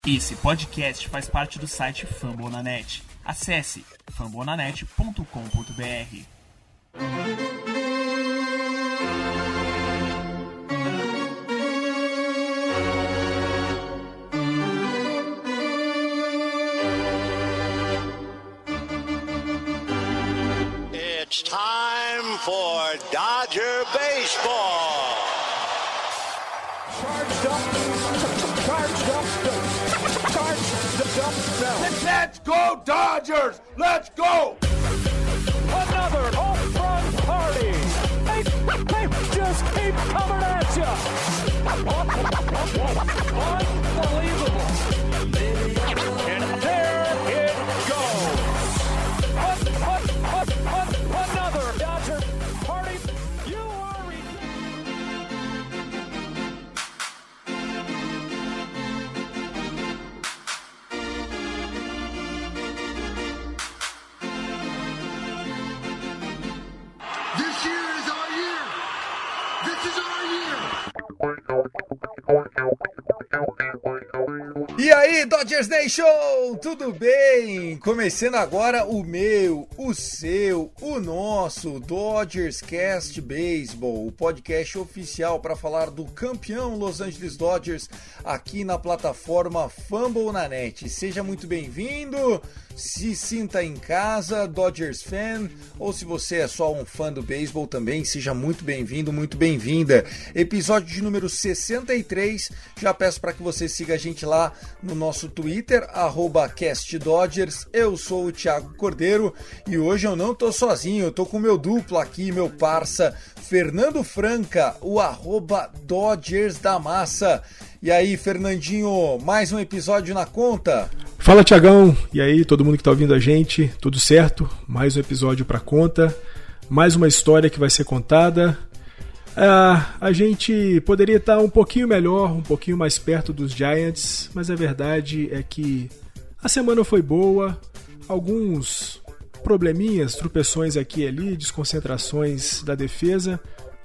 Esse podcast faz parte do site Fambonanet. Acesse fambonanet.com.br. It's time for Dodger Baseball. Charged up. Let's go, Dodgers! Let's go! Another home run party. They just keep coming at you. Unbelievable. And there it goes. Another Dodger party. You are This year is our year. This is our year. E aí, Dodgers Nation, tudo bem? Começando agora o meu, o seu, o nosso Dodgers Cast Baseball, o podcast oficial para falar do campeão Los Angeles Dodgers aqui na plataforma Fambonanet. Seja muito bem-vindo, se sinta em casa, Dodgers fan, ou se você é só um fã do beisebol também, seja muito bem-vindo, muito bem-vinda. Episódio de número 63, já peço para que você siga a gente lá no nosso Twitter, @CastDodgers. Eu sou o Thiago Cordeiro e hoje eu não tô sozinho, eu tô com meu duplo aqui, meu parça Fernando Franca, o @Dodgers da Massa. E aí, Fernandinho, mais um episódio na conta? Fala, Thiagão, e aí, todo mundo que tá ouvindo a gente, tudo certo? Mais um episódio pra conta, mais uma história que vai ser contada. A gente poderia estar um pouquinho melhor, um pouquinho mais perto dos Giants, mas a verdade é que a semana foi boa, alguns probleminhas, tropeções aqui e ali, desconcentrações da defesa,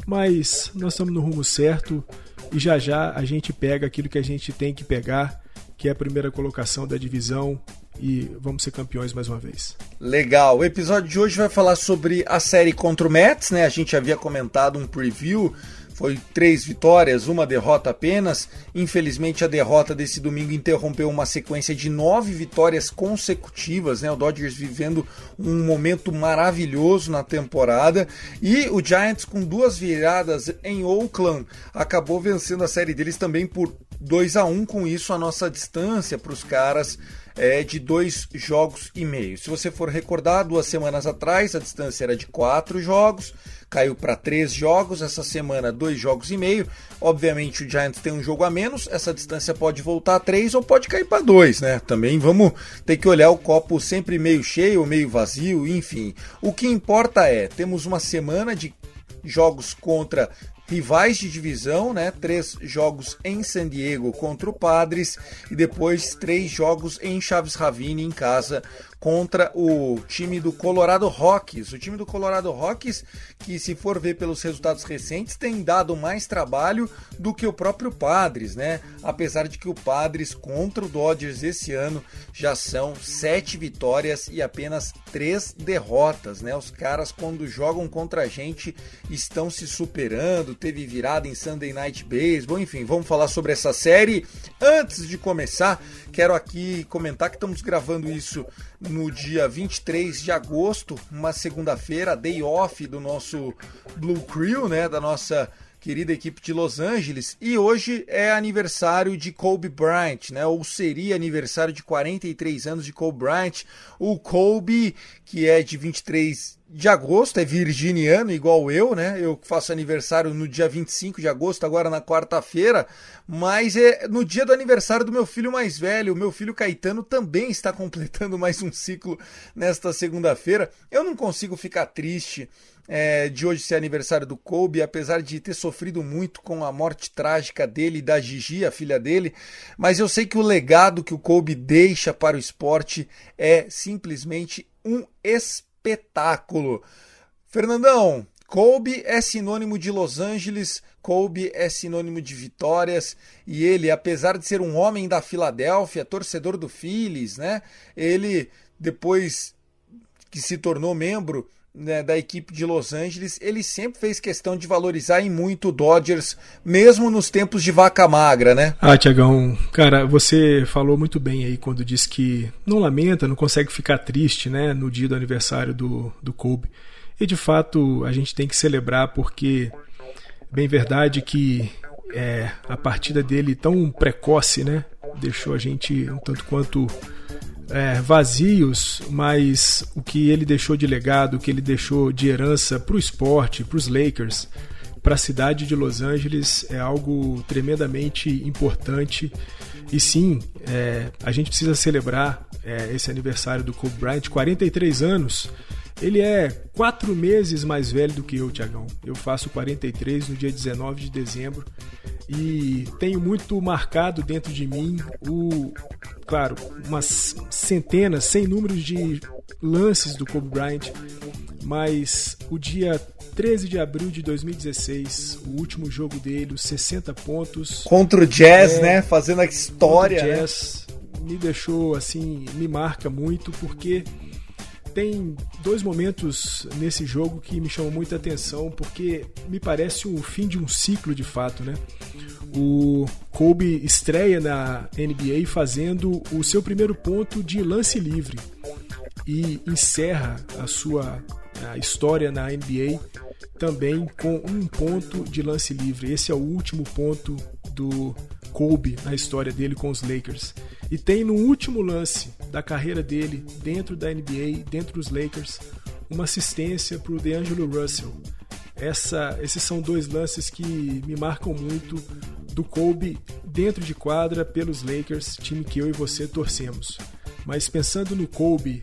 mas nós estamos no rumo certo e já já a gente pega aquilo que a gente tem que pegar, que é a primeira colocação da divisão, e vamos ser campeões mais uma vez. Legal, o episódio de hoje vai falar sobre a série contra o Mets, né? A gente havia comentado um preview, foi 3 vitórias, uma derrota apenas. Infelizmente a derrota desse domingo interrompeu uma sequência de 9 vitórias consecutivas, né? O Dodgers vivendo um momento maravilhoso na temporada, e o Giants, com 2 viradas em Oakland, acabou vencendo a série deles também por 2-1, com isso a nossa distância para os caras é de 2,5 jogos. Se você for recordar, 2 semanas atrás a distância era de 4 jogos, caiu para 3 jogos, essa semana 2,5 jogos. Obviamente o Giants tem um jogo a menos, essa distância pode voltar a 3 ou pode cair para 2, né? Também vamos ter que olhar o copo sempre meio cheio ou meio vazio, enfim. O que importa é, temos uma semana de jogos contra rivais de divisão, né? 3 jogos em San Diego contra o Padres e depois 3 jogos em Chaves Ravine em casa contra o time do Colorado Rockies. O time do Colorado Rockies, que se for ver pelos resultados recentes, tem dado mais trabalho do que o próprio Padres, né? Apesar de que o Padres contra o Dodgers esse ano já são 7 vitórias e apenas 3 derrotas, né? Os caras, quando jogam contra a gente, estão se superando. Teve virada em Sunday Night Baseball, enfim, vamos falar sobre essa série. Antes de começar, quero aqui comentar que estamos gravando isso no dia 23 de agosto, uma segunda-feira, day off do nosso Blue Crew, né, da nossa querida equipe de Los Angeles, e hoje é aniversário de Kobe Bryant, né, ou seria aniversário de 43 anos de Kobe Bryant. O Kobe, que é de 23 de agosto, é virginiano igual eu, né? Eu faço aniversário no dia 25 de agosto, agora na quarta-feira, mas é no dia do aniversário do meu filho mais velho. O meu filho Caetano também está completando mais um ciclo nesta segunda-feira. Eu não consigo ficar triste de hoje ser aniversário do Kobe, apesar de ter sofrido muito com a morte trágica dele e da Gigi, a filha dele, mas eu sei que o legado que o Kobe deixa para o esporte é simplesmente um espetáculo. Fernandão, Kobe é sinônimo de Los Angeles, Kobe é sinônimo de vitórias, e ele, apesar de ser um homem da Filadélfia, torcedor do Phillies, né, ele, depois que se tornou membro, né, da equipe de Los Angeles, ele sempre fez questão de valorizar em muito o Dodgers, mesmo nos tempos de vaca magra, né? Tiagão, cara, você falou muito bem aí quando disse que não lamenta, não consegue ficar triste, né, no dia do aniversário do Kobe. E de fato a gente tem que celebrar, porque bem verdade que a partida dele tão precoce, né, deixou a gente um tanto quanto vazios, mas o que ele deixou de legado, o que ele deixou de herança para o esporte, para os Lakers, para a cidade de Los Angeles, é algo tremendamente importante. E sim, a gente precisa celebrar esse aniversário do Kobe Bryant, 43 anos. Ele é 4 meses mais velho do que eu, Tiagão. Eu faço 43 no dia 19 de dezembro e tenho muito marcado dentro de mim claro, umas centenas, sem números de lances do Kobe Bryant, mas o dia 13 de abril de 2016, o último jogo dele, os 60 pontos. Contra o Jazz, né? Fazendo a história. Contra o Jazz, né? Me deixou, assim, me marca muito, porque tem 2 momentos nesse jogo que me chamam muita atenção, porque me parece o fim de um ciclo de fato, né? O Kobe estreia na NBA fazendo o seu primeiro ponto de lance livre e encerra a história na NBA também com um ponto de lance livre. Esse é o último ponto do Kobe na história dele com os Lakers. E tem no último lance da carreira dele dentro da NBA, dentro dos Lakers, uma assistência para o D'Angelo Russell. Esses são 2 lances que me marcam muito do Kobe dentro de quadra pelos Lakers, time que eu e você torcemos. Mas pensando no Kobe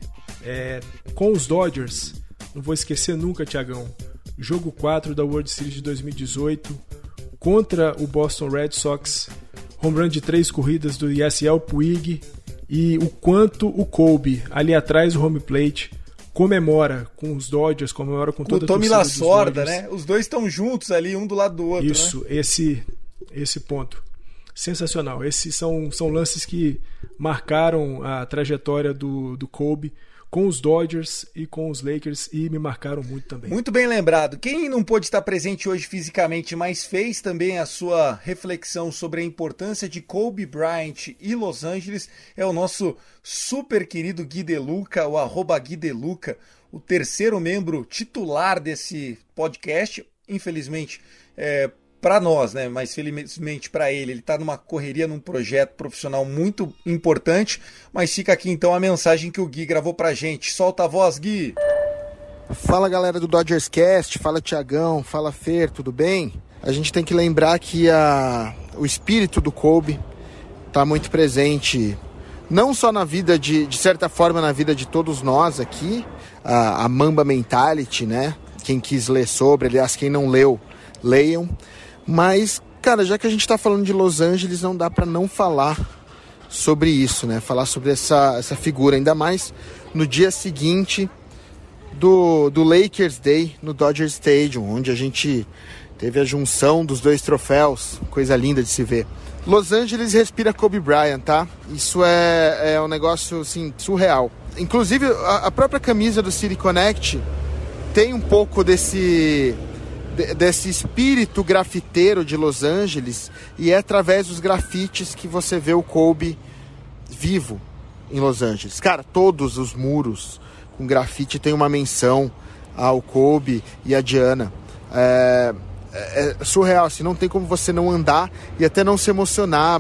com os Dodgers, não vou esquecer nunca, Tiagão, jogo 4 da World Series de 2018 contra o Boston Red Sox, home run de 3 corridas do Yasiel Puig, e o quanto o Kobe ali atrás do home plate comemora com os Dodgers, comemora com toda a torcida dos Dodgers. Com o Tommy Lasorda, né? Os dois estão juntos ali, um do lado do outro. Isso, né? Esse ponto. Sensacional. Esses são lances que marcaram a trajetória do Kobe com os Dodgers e com os Lakers, e me marcaram muito também. Muito bem lembrado. Quem não pôde estar presente hoje fisicamente, mas fez também a sua reflexão sobre a importância de Kobe Bryant e Los Angeles, é o nosso super querido Gui De Luca, o @GuiDeluca, o terceiro membro titular desse podcast. Infelizmente, para nós, né? Mas felizmente para ele está numa correria, num projeto profissional muito importante, mas fica aqui então a mensagem que o Gui gravou pra gente. Solta a voz, Gui! Fala, galera do Dodgers Cast, fala Tiagão, fala Fer, tudo bem? A gente tem que lembrar que o espírito do Kobe está muito presente, não só na vida, de certa forma, na vida de todos nós aqui, a Mamba Mentality, né? Quem quis ler sobre, aliás, quem não leu, leiam. Mas, cara, já que a gente tá falando de Los Angeles, não dá pra não falar sobre isso, né? Falar sobre essa figura, ainda mais no dia seguinte do Lakers Day no Dodger Stadium, onde a gente teve a junção dos 2 troféus, coisa linda de se ver. Los Angeles respira Kobe Bryant, tá? Isso é um negócio, assim, surreal. Inclusive, a própria camisa do City Connect tem um pouco desse espírito grafiteiro de Los Angeles, e é através dos grafites que você vê o Kobe vivo em Los Angeles. Cara, todos os muros com grafite tem uma menção ao Kobe e a Diana. É surreal, assim, não tem como você não andar e até não se emocionar.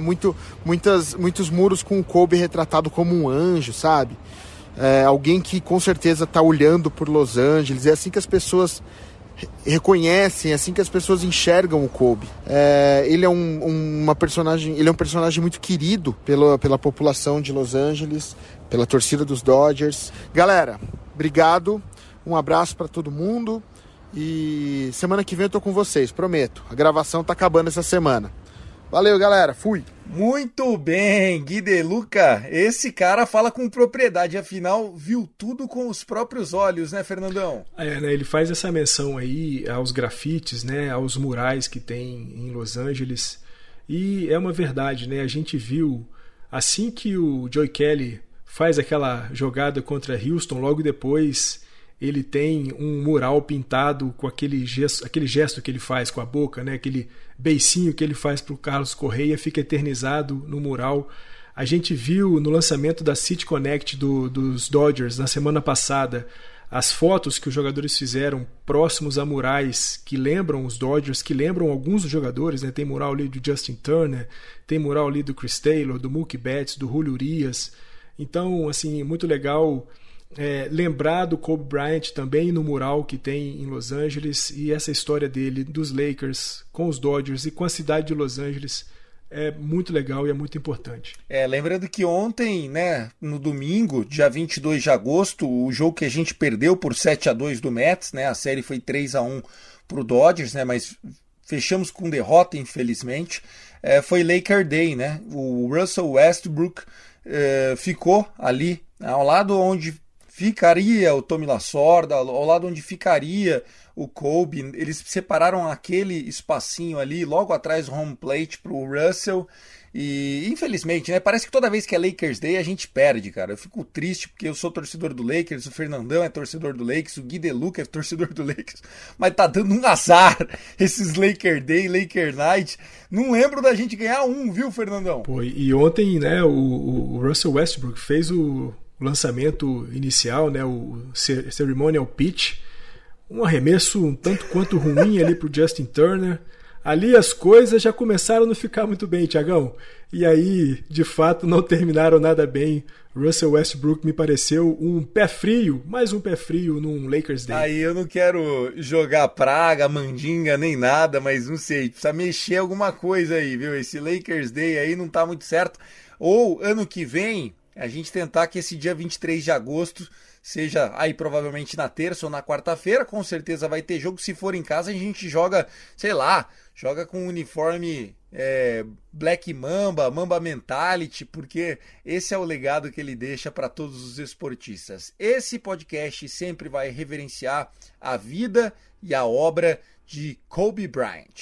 Muitos muros com o Kobe retratado como um anjo, sabe? Alguém que com certeza está olhando por Los Angeles. É assim que as pessoas reconhecem, assim que as pessoas enxergam o Kobe. Ele é um personagem muito querido pela população de Los Angeles, pela torcida dos Dodgers. Galera, obrigado, um abraço para todo mundo, e semana que vem eu tô com vocês, prometo. A gravação tá acabando essa semana. Valeu, galera. Fui. Muito bem, Gui De Luca. Esse cara fala com propriedade, afinal, viu tudo com os próprios olhos, né, Fernandão? Né, ele faz essa menção aí aos grafites, né, aos murais que tem em Los Angeles. E é uma verdade, né? A gente viu, assim que o Joey Kelly faz aquela jogada contra Houston, logo depois ele tem um mural pintado com aquele gesto que ele faz com a boca, né? Aquele beicinho que ele faz para o Carlos Correia, fica eternizado no mural. A gente viu no lançamento da City Connect dos Dodgers na semana passada as fotos que os jogadores fizeram próximos a murais que lembram os Dodgers, que lembram alguns dos jogadores, né? Tem mural ali do Justin Turner, tem mural ali do Chris Taylor, do Mookie Betts, do Julio Urias. Então, assim, muito legal lembrar do Kobe Bryant também no mural que tem em Los Angeles, e essa história dele, dos Lakers, com os Dodgers e com a cidade de Los Angeles, é muito legal e é muito importante. Lembrando que ontem, né, no domingo, dia 22 de agosto, o jogo que a gente perdeu por 7-2 do Mets, né, a série foi 3-1 pro Dodgers, né, mas fechamos com derrota, infelizmente, foi Laker Day, né, o Russell Westbrook ficou ali, ao lado onde ficaria o Tommy Lasorda, ao lado onde ficaria o Kobe. Eles separaram aquele espacinho ali, logo atrás do home plate pro Russell. E infelizmente, né, parece que toda vez que é Lakers Day a gente perde, cara. Eu fico triste porque eu sou torcedor do Lakers, o Fernandão é torcedor do Lakers, o Gui De Luca é torcedor do Lakers, mas tá dando um azar esses Laker Day, Laker Night. Não lembro da gente ganhar viu, Fernandão? Pô, e ontem, né, o Russell Westbrook fez o lançamento inicial, né, o ceremonial pitch, um arremesso um tanto quanto ruim ali pro Justin Turner. Ali as coisas já começaram a não ficar muito bem, Thiagão. E aí, de fato, não terminaram nada bem. Russell Westbrook me pareceu um pé frio, mais um pé frio num Lakers Day. Aí eu não quero jogar praga, mandinga, nem nada, mas não sei, precisa mexer alguma coisa aí, viu? Esse Lakers Day aí não tá muito certo. Ou ano que vem a gente tentar que esse dia 23 de agosto seja aí provavelmente na terça ou na quarta-feira, com certeza vai ter jogo. Se for em casa a gente joga, sei lá, joga com uniforme Black Mamba, Mamba Mentality, porque esse é o legado que ele deixa para todos os esportistas. Esse podcast sempre vai reverenciar a vida e a obra de Kobe Bryant.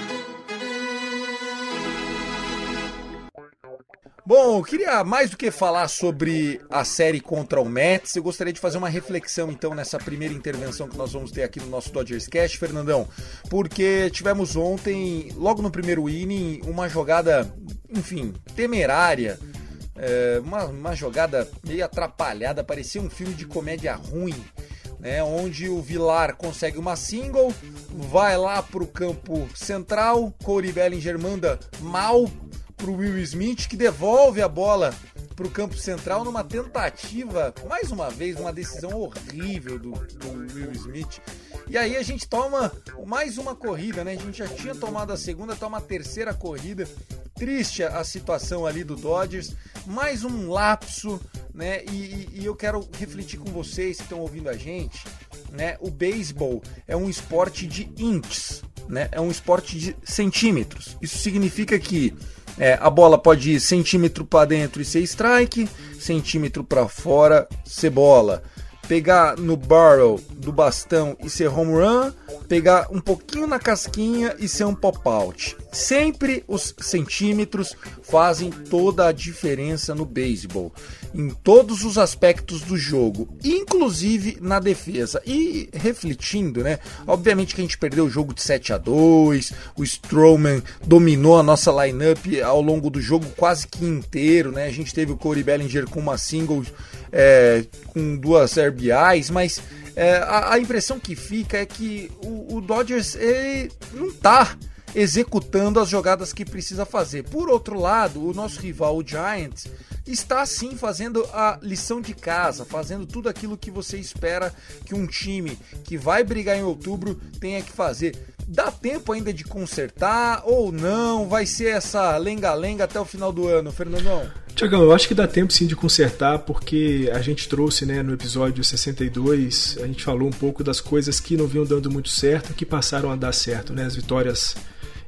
Bom, eu queria mais do que falar sobre a série contra o Mets, eu gostaria de fazer uma reflexão então nessa primeira intervenção que nós vamos ter aqui no nosso Dodgers Cast, Fernandão, porque tivemos ontem, logo no primeiro inning, uma jogada, enfim, temerária, uma jogada meio atrapalhada, parecia um filme de comédia ruim, né, onde o Villar consegue uma single, vai lá pro campo central, Cody Bellinger manda mal pro Will Smith, que devolve a bola pro campo central numa tentativa, mais uma vez, uma decisão horrível do Will Smith. E aí a gente toma mais uma corrida, né? A gente já tinha tomado a segunda, toma a terceira corrida. Triste a situação ali do Dodgers, mais um lapso, né? E eu quero refletir com vocês que estão ouvindo a gente, né? O beisebol é um esporte de inches, né? É um esporte de centímetros. Isso significa que a bola pode ir centímetro para dentro e ser strike, centímetro para fora ser bola. Pegar no barrel do bastão e ser home run, pegar um pouquinho na casquinha e ser um pop-out. Sempre os centímetros fazem toda a diferença no beisebol, em todos os aspectos do jogo, inclusive na defesa. E refletindo, né? Obviamente que a gente perdeu o jogo de 7-2, o Stroman dominou a nossa lineup ao longo do jogo quase que inteiro, né? A gente teve o Cody Bellinger com uma single, com 2 RBIs, mas a impressão que fica é que o Dodgers ele não tá executando as jogadas que precisa fazer. Por outro lado, o nosso rival, o Giants, está sim fazendo a lição de casa, fazendo tudo aquilo que você espera que um time que vai brigar em outubro tenha que fazer. Dá tempo ainda de consertar ou não? Vai ser essa lenga-lenga até o final do ano, Fernandão? Tiagão, eu acho que dá tempo sim de consertar, porque a gente trouxe, né, no episódio 62, a gente falou um pouco das coisas que não vinham dando muito certo, que passaram a dar certo, né, as vitórias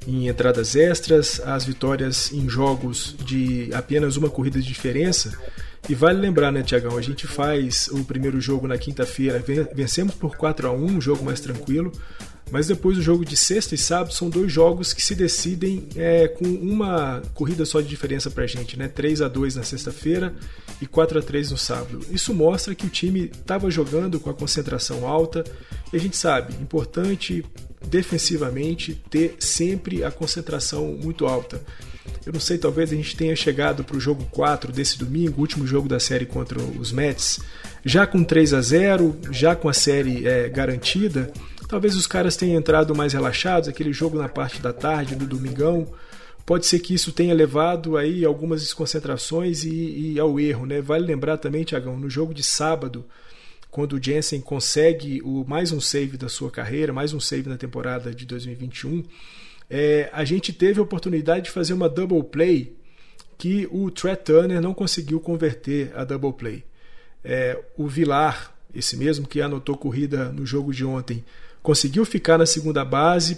em entradas extras, as vitórias em jogos de apenas uma corrida de diferença. E vale lembrar, né, Tiagão, a gente faz o primeiro jogo na quinta-feira, vencemos por 4-1, um jogo mais tranquilo, mas depois o jogo de sexta e sábado são 2 jogos que se decidem com uma corrida só de diferença pra gente, né? 3-2 na sexta-feira e 4-3 no sábado. Isso mostra que o time estava jogando com a concentração alta, e a gente sabe, importante defensivamente ter sempre a concentração muito alta. Eu não sei, talvez a gente tenha chegado para o jogo 4 desse domingo, o último jogo da série contra os Mets, já com 3-0, já com a série garantida. Talvez os caras tenham entrado mais relaxados, aquele jogo na parte da tarde, do domingão. Pode ser que isso tenha levado aí algumas desconcentrações e ao erro, né? Vale lembrar também, Tiagão, no jogo de sábado, quando o Jansen consegue mais um save da sua carreira, mais um save na temporada de 2021, a gente teve a oportunidade de fazer uma double play que o Trea Turner não conseguiu converter a double play. O Villar, esse mesmo que anotou corrida no jogo de ontem, conseguiu ficar na segunda base,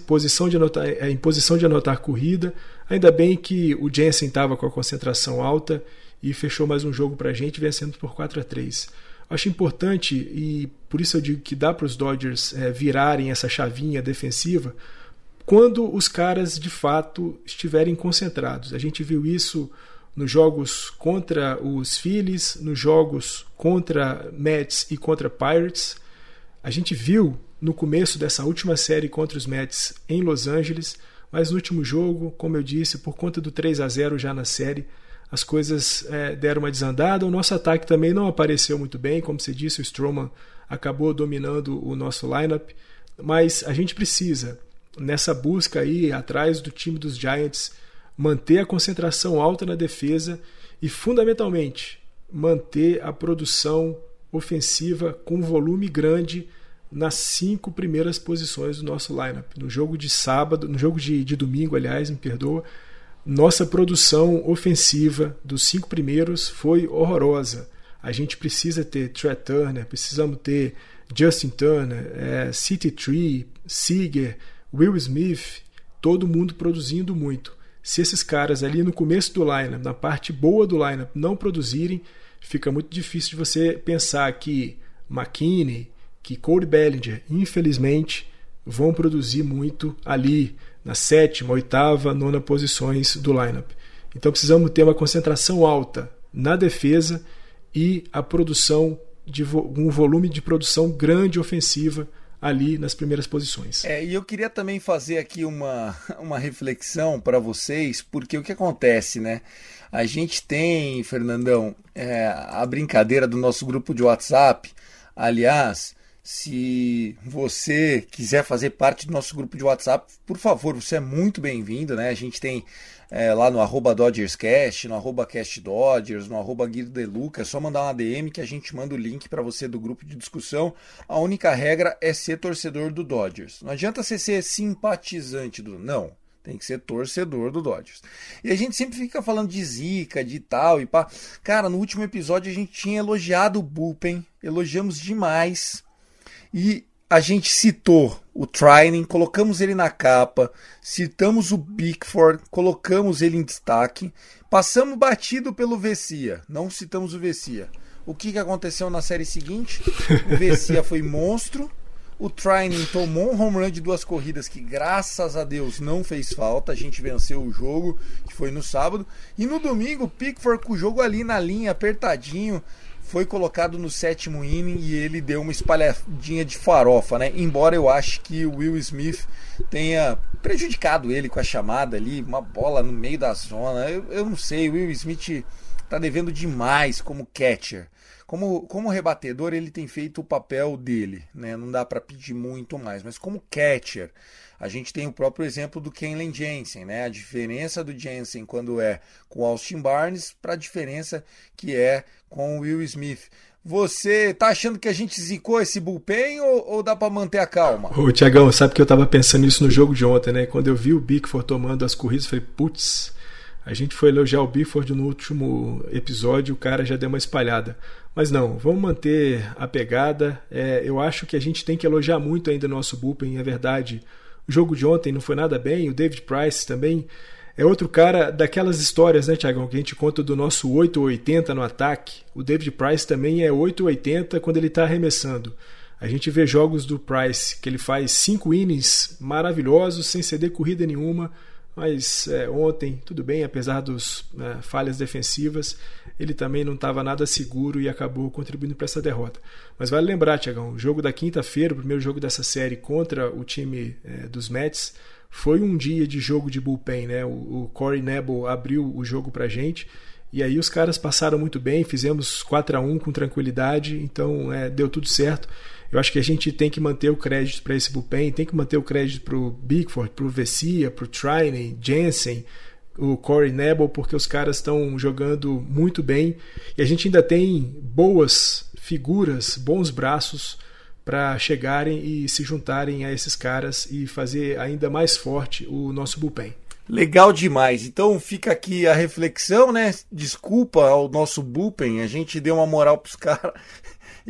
em posição de anotar corrida. Ainda bem que o Jansen estava com a concentração alta e fechou mais um jogo para a gente, vencendo por 4-3. Acho importante, e por isso eu digo que dá para os Dodgers virarem essa chavinha defensiva quando os caras de fato estiverem concentrados. A gente viu isso nos jogos contra os Phillies, nos jogos contra Mets e contra Pirates. A gente viu no começo dessa última série contra os Mets em Los Angeles, mas no último jogo, como eu disse, por conta do 3-0 já na série, as coisas deram uma desandada. O nosso ataque também não apareceu muito bem, como você disse, o Stroman acabou dominando o nosso lineup, mas a gente precisa, nessa busca aí atrás do time dos Giants, manter a concentração alta na defesa e, fundamentalmente, manter a produção ofensiva com volume grande nas 5 primeiras posições do nosso lineup. No jogo de sábado, no jogo de domingo, aliás, me perdoa, nossa produção ofensiva dos 5 primeiros foi horrorosa. A gente precisa ter Trea Turner, precisamos ter Justin Turner, City Tree, Seager, Will Smith, todo mundo produzindo muito. Se esses caras ali no começo do lineup, na parte boa do lineup, não produzirem, fica muito difícil de você pensar que McKinney, que Cody Bellinger, infelizmente, vão produzir muito ali na 7ª, 8ª, 9ª posições do lineup. Então precisamos ter uma concentração alta na defesa e a produção um volume de produção grande ofensiva ali nas primeiras posições. E eu queria também fazer aqui uma reflexão para vocês, porque o que acontece, né? A gente tem, Fernandão, a brincadeira do nosso grupo de WhatsApp. Aliás, se você quiser fazer parte do nosso grupo de WhatsApp, por favor, você é muito bem-vindo, né? A gente tem lá no @DodgersCast, no @CastDodgers, no @GuidoDeluca, é só mandar uma DM que a gente manda o link para você do grupo de discussão. A única regra é ser torcedor do Dodgers. Não adianta você ser simpatizante não, tem que ser torcedor do Dodgers. E a gente sempre fica falando de zica, de tal e pá. Cara, no último episódio a gente tinha elogiado o bullpen, elogiamos demais. E a gente citou o Trinan, colocamos ele na capa, citamos o Bickford, colocamos ele em destaque, passamos batido pelo Vesia, não citamos o Vesia. O que aconteceu na série seguinte? O Vesia foi monstro, o Trinan tomou um home run de 2 corridas que, graças a Deus, não fez falta, a gente venceu o jogo, que foi no sábado, e no domingo o Pickford, com o jogo ali na linha, apertadinho, foi colocado no 7º inning e ele deu uma espalhadinha de farofa, né? Embora eu ache que o Will Smith tenha prejudicado ele com a chamada ali, uma bola no meio da zona. Eu não sei, o Will Smith tá devendo demais como catcher. Como rebatedor, ele tem feito o papel dele, né? Não dá para pedir muito mais, mas como catcher, a gente tem o próprio exemplo do Kenley Jansen, né? A diferença do Jansen quando é com o Austin Barnes para a diferença que é com o Will Smith. Você tá achando que a gente zicou esse bullpen ou dá para manter a calma? Ô, Tiagão, sabe que eu tava pensando nisso no jogo de ontem, né? Quando eu vi o Bickford tomando as corridas, eu falei, putz, a gente foi elogiar o Bickford no último episódio, o cara já deu uma espalhada. Mas não, vamos manter a pegada. Eu acho que a gente tem que elogiar muito ainda o nosso bullpen, é verdade. O jogo de ontem não foi nada bem. O David Price também é outro cara daquelas histórias, né, Thiagão, que a gente conta do nosso 8 ou 80 no ataque. O David Price também é 8 ou 80 quando ele está arremessando. A gente vê jogos do Price que ele faz 5 innings maravilhosos, sem ceder corrida nenhuma, mas ontem, tudo bem, apesar das falhas defensivas, ele também não estava nada seguro e acabou contribuindo para essa derrota. Mas vale lembrar, Thiagão, o jogo da quinta-feira, o primeiro jogo dessa série contra o time dos Mets, foi um dia de jogo de bullpen, né? O Corey Knebel abriu o jogo pra gente, e aí os caras passaram muito bem, fizemos 4-1 com tranquilidade, então deu tudo certo. Eu acho que a gente tem que manter o crédito para esse bullpen, tem que manter o crédito para o Bickford, para o Vesia, para o Trinan, Jansen, o Corey Knebel, porque os caras estão jogando muito bem e a gente ainda tem boas figuras, bons braços para chegarem e se juntarem a esses caras e fazer ainda mais forte o nosso bullpen. Legal demais. Então fica aqui a reflexão, né? Desculpa ao nosso bullpen, a gente deu uma moral pros caras e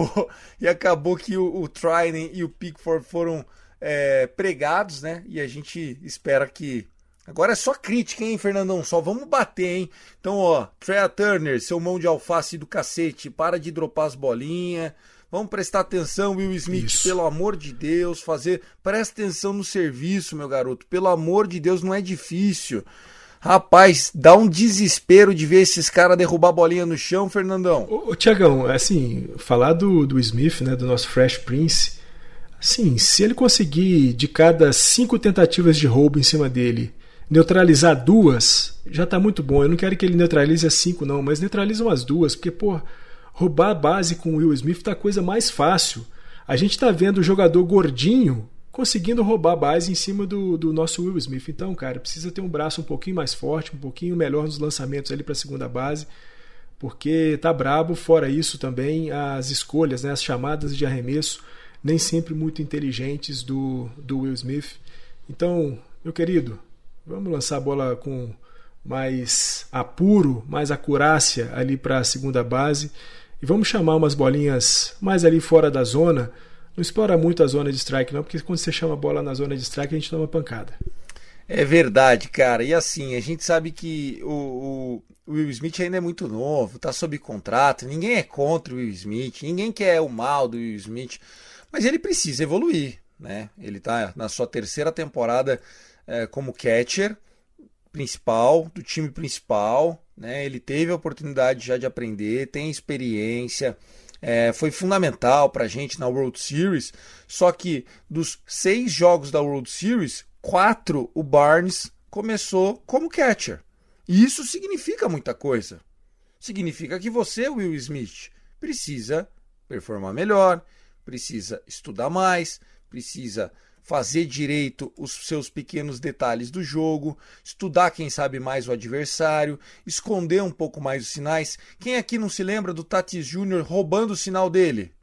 acabou que o Trinan e o Pickford foram pregados, né? E a gente espera que... Agora é só crítica, hein, Fernandão? Só vamos bater, hein? Então, ó, Trea Turner, seu mão de alface do cacete, para de dropar as bolinhas. Vamos prestar atenção, Will Smith, isso. Pelo amor de Deus, presta atenção no serviço, meu garoto. Pelo amor de Deus, não é difícil. Rapaz, dá um desespero de ver esses caras derrubar a bolinha no chão, Fernandão. Ô Thiagão, assim, falar do Smith, né, do nosso Fresh Prince, assim, se ele conseguir, de cada 5 tentativas de roubo em cima dele, neutralizar 2, já tá muito bom. Eu não quero que ele neutralize as 5 não, mas neutraliza umas 2, porque, pô, roubar a base com o Will Smith tá a coisa mais fácil. A gente tá vendo o jogador gordinho conseguindo roubar a base em cima do nosso Will Smith. Então, cara, precisa ter um braço um pouquinho mais forte, um pouquinho melhor nos lançamentos ali para a segunda base, porque tá brabo. Fora isso também, as escolhas, né, as chamadas de arremesso, nem sempre muito inteligentes do Will Smith. Então, meu querido, vamos lançar a bola com mais apuro, mais acurácia ali para a segunda base e vamos chamar umas bolinhas mais ali fora da zona. Não explora muito a zona de strike não, porque quando você chama a bola na zona de strike a gente toma pancada. É verdade, cara. E assim, a gente sabe que o Will Smith ainda é muito novo, tá sob contrato, ninguém é contra o Will Smith, ninguém quer o mal do Will Smith, mas ele precisa evoluir, né? Ele tá na sua 3ª temporada como catcher principal, do time principal, né? Ele teve a oportunidade já de aprender, tem experiência, foi fundamental pra gente na World Series, só que dos 6 jogos da World Series, 4 o Barnes começou como catcher. E isso significa muita coisa. Significa que você, Will Smith, precisa performar melhor, precisa estudar mais, precisa fazer direito os seus pequenos detalhes do jogo, estudar quem sabe mais o adversário, esconder um pouco mais os sinais. Quem aqui não se lembra do Tatis Jr. roubando o sinal dele?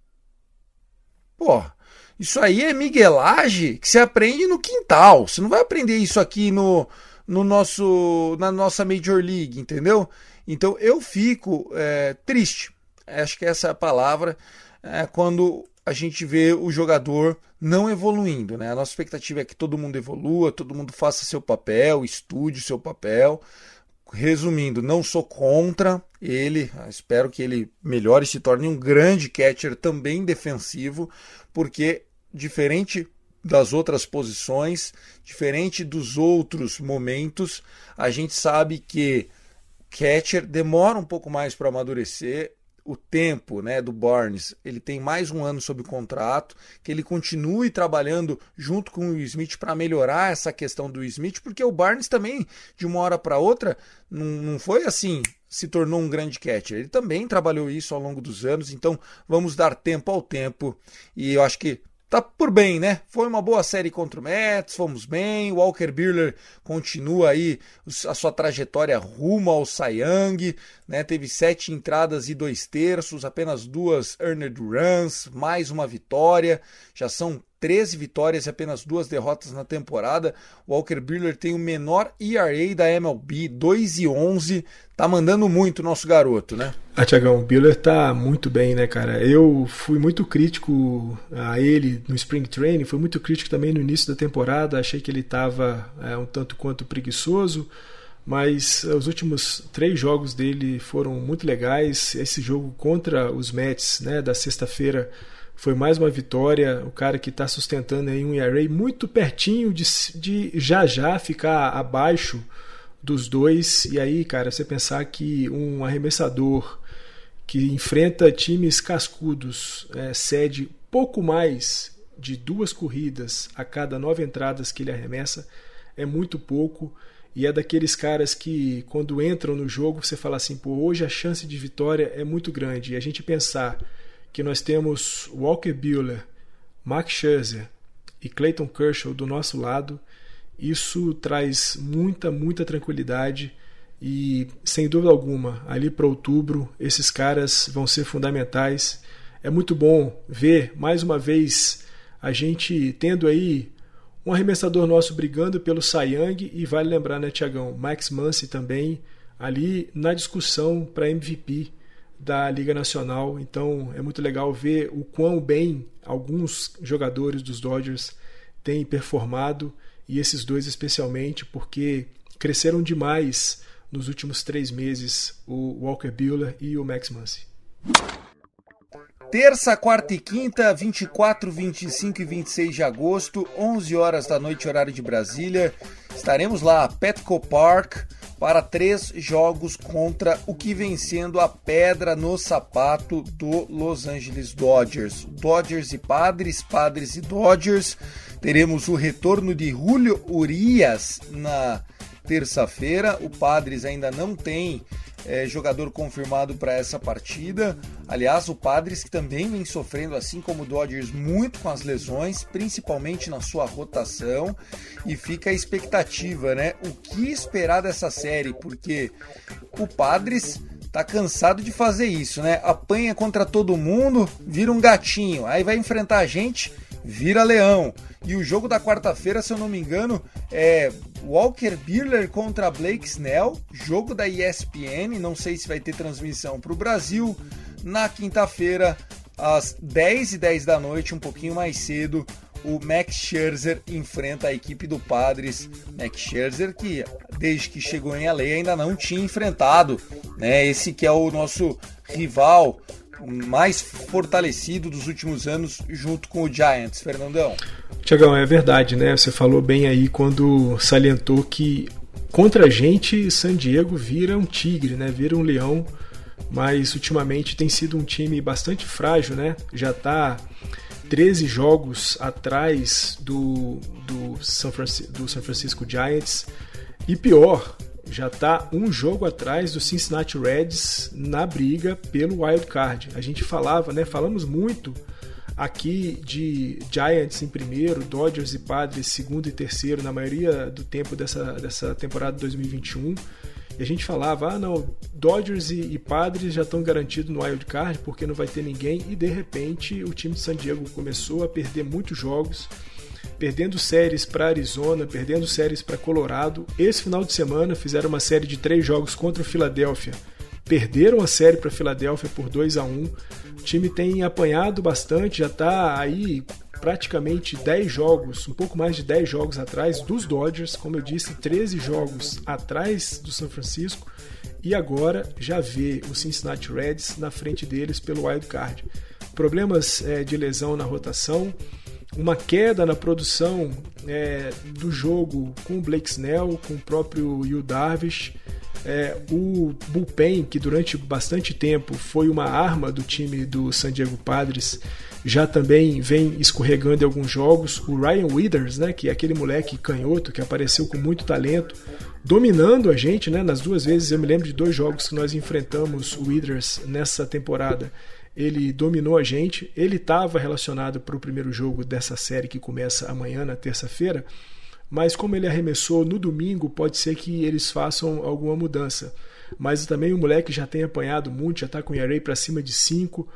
Pô, isso aí é miguelagem que você aprende no quintal. Você não vai aprender isso aqui na nossa Major League, entendeu? Então eu fico triste, acho que essa é a palavra, quando a gente vê o jogador não evoluindo, né? A nossa expectativa é que todo mundo evolua, todo mundo faça seu papel, estude o seu papel. Resumindo, não sou contra ele, espero que ele melhore e se torne um grande catcher também defensivo, porque diferente das outras posições, diferente dos outros momentos, a gente sabe que catcher demora um pouco mais para amadurecer. O tempo, né, do Barnes, ele tem mais um ano sob contrato, que ele continue trabalhando junto com o Will Smith para melhorar essa questão do Will Smith, porque o Barnes também, de uma hora para outra, não foi assim, se tornou um grande catcher. Ele também trabalhou isso ao longo dos anos, então vamos dar tempo ao tempo, e eu acho que tá por bem, né? Foi uma boa série contra o Mets, fomos bem. O Walker Buehler continua aí a sua trajetória rumo ao Cy Young, né? Teve 7 entradas e 2 terços, apenas 2 earned runs, mais uma vitória. Já são 13 vitórias e apenas 2 derrotas na temporada. O Walker Buehler tem o menor ERA da MLB, 2,11. Tá mandando muito o nosso garoto, né? Tiagão, o Buehler tá muito bem, né, cara? Eu fui muito crítico a ele no Spring Training, fui muito crítico também no início da temporada, achei que ele tava um tanto quanto preguiçoso, mas os últimos 3 jogos dele foram muito legais. Esse jogo contra os Mets, né, da sexta-feira, foi mais uma vitória. O cara que está sustentando aí um ERA muito pertinho de já ficar abaixo dos 2. E aí, cara, você pensar que um arremessador que enfrenta times cascudos cede pouco mais de 2 corridas a cada 9 entradas que ele arremessa, é muito pouco. E é daqueles caras que, quando entram no jogo, você fala assim, pô, hoje a chance de vitória é muito grande. E a gente pensar que nós temos Walker Buehler, Max Scherzer e Clayton Kershaw do nosso lado, isso traz muita tranquilidade. E, sem dúvida alguma, ali para outubro, esses caras vão ser fundamentais. É muito bom ver, mais uma vez, a gente tendo aí um arremessador nosso brigando pelo Cy Young, e vale lembrar, né, Tiagão, Max Muncy também ali na discussão para MVP da Liga Nacional. Então é muito legal ver o quão bem alguns jogadores dos Dodgers têm performado, e esses 2 especialmente, porque cresceram demais nos últimos 3 meses, o Walker Buehler e o Max Muncy. Terça, quarta e quinta, 24, 25 e 26 de agosto, 11 horas da noite, horário de Brasília. Estaremos lá, Petco Park, para 3 jogos contra o que vem sendo a pedra no sapato do Los Angeles Dodgers. Dodgers e Padres, Padres e Dodgers. Teremos o retorno de Julio Urias na terça-feira. O Padres ainda não tem jogador confirmado para essa partida. Aliás, o Padres que também vem sofrendo, assim como o Dodgers, muito com as lesões, principalmente na sua rotação, e fica a expectativa, né? O que esperar dessa série? Porque o Padres tá cansado de fazer isso, né? Apanha contra todo mundo, vira um gatinho, aí vai enfrentar a gente, vira leão. E o jogo da quarta-feira, se eu não me engano, é Walker Buehler contra Blake Snell, jogo da ESPN, não sei se vai ter transmissão para o Brasil. Na quinta-feira, às 10h10 da noite, um pouquinho mais cedo, o Max Scherzer enfrenta a equipe do Padres. Max Scherzer que, desde que chegou em LA, ainda não tinha enfrentado, né? Esse que é o nosso rival mais fortalecido dos últimos anos, junto com o Giants. Fernandão. Tiagão, é verdade, né? Você falou bem aí quando salientou que contra a gente San Diego vira um tigre, né? Vira um leão, mas ultimamente tem sido um time bastante frágil, né? Já está 13 jogos atrás do San Francisco Giants, e pior, já está um jogo atrás do Cincinnati Reds na briga pelo Wild Card. A gente falamos muito aqui de Giants em primeiro, Dodgers e Padres segundo e terceiro na maioria do tempo dessa temporada 2021. E a gente falava, não, Dodgers e Padres já estão garantidos no Wild Card porque não vai ter ninguém. E de repente o time de San Diego começou a perder muitos jogos, perdendo séries para Arizona, perdendo séries para Colorado. Esse final de semana fizeram uma série de 3 jogos contra o Philadelphia. Perderam a série para Philadelphia por 2-1. O time tem apanhado bastante, já está aí praticamente 10 jogos, um pouco mais de 10 jogos atrás dos Dodgers, como eu disse, 13 jogos atrás do São Francisco, e agora já vê o Cincinnati Reds na frente deles pelo Wild Card. Problemas de lesão na rotação, uma queda na produção do jogo com o Blake Snell, com o próprio Yu Darvish, o bullpen, que durante bastante tempo foi uma arma do time do San Diego Padres, já também vem escorregando em alguns jogos. O Ryan Withers, né, que é aquele moleque canhoto que apareceu com muito talento, dominando a gente, né, nas 2 vezes. Eu me lembro de 2 jogos que nós enfrentamos o Withers nessa temporada. Ele dominou a gente. Ele estava relacionado para o primeiro jogo dessa série que começa amanhã, na terça-feira, mas como ele arremessou no domingo, pode ser que eles façam alguma mudança. Mas também o moleque já tem apanhado muito, já está com ERA para cima de 5.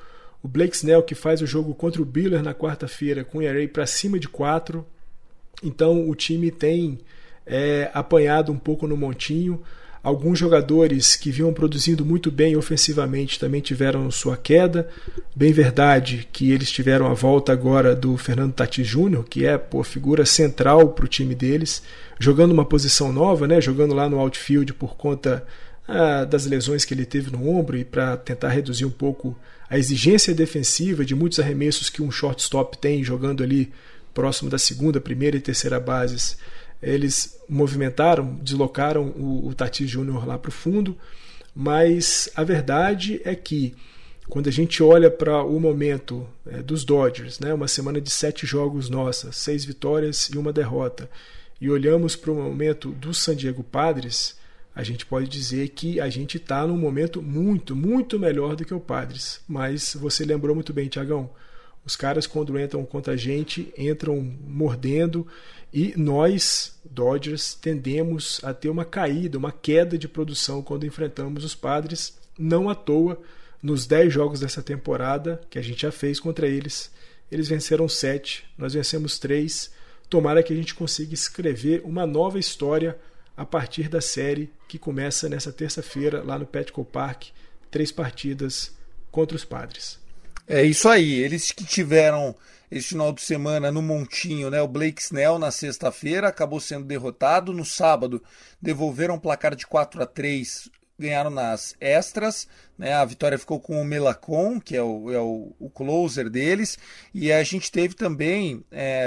O Blake Snell, que faz o jogo contra o Biller na quarta-feira, com ERA para cima de 4. Então o time tem apanhado um pouco no montinho. Alguns jogadores que vinham produzindo muito bem ofensivamente também tiveram sua queda. Bem verdade que eles tiveram a volta agora do Fernando Tatis Jr., que é figura central para o time deles, jogando uma posição nova, né? Jogando lá no outfield por conta das lesões que ele teve no ombro e para tentar reduzir um pouco a exigência defensiva de muitos arremessos que um shortstop tem jogando ali próximo da segunda, primeira e terceira bases. Eles movimentaram, deslocaram o Tatis Jr. lá para o fundo, mas a verdade é que quando a gente olha para o momento dos Dodgers, né, uma semana de 7 jogos nossa, 6 vitórias e 1 derrota, e olhamos para o momento do San Diego Padres, a gente pode dizer que a gente está num momento muito, muito melhor do que o Padres. Mas você lembrou muito bem, Tiagão, os caras quando entram contra a gente, entram mordendo, e nós, Dodgers, tendemos a ter uma caída, uma queda de produção quando enfrentamos os Padres. Não à toa, nos 10 jogos dessa temporada que a gente já fez contra eles, eles venceram 7, nós vencemos 3. Tomara que a gente consiga escrever uma nova história a partir da série que começa nessa terça-feira lá no Petco Park, 3 partidas contra os Padres. É isso aí, eles que tiveram esse final de semana no montinho, né? O Blake Snell na sexta-feira acabou sendo derrotado, no sábado devolveram um placar de 4-3, ganharam nas extras, né? A vitória ficou com o Melacon, que é o closer deles, e a gente teve também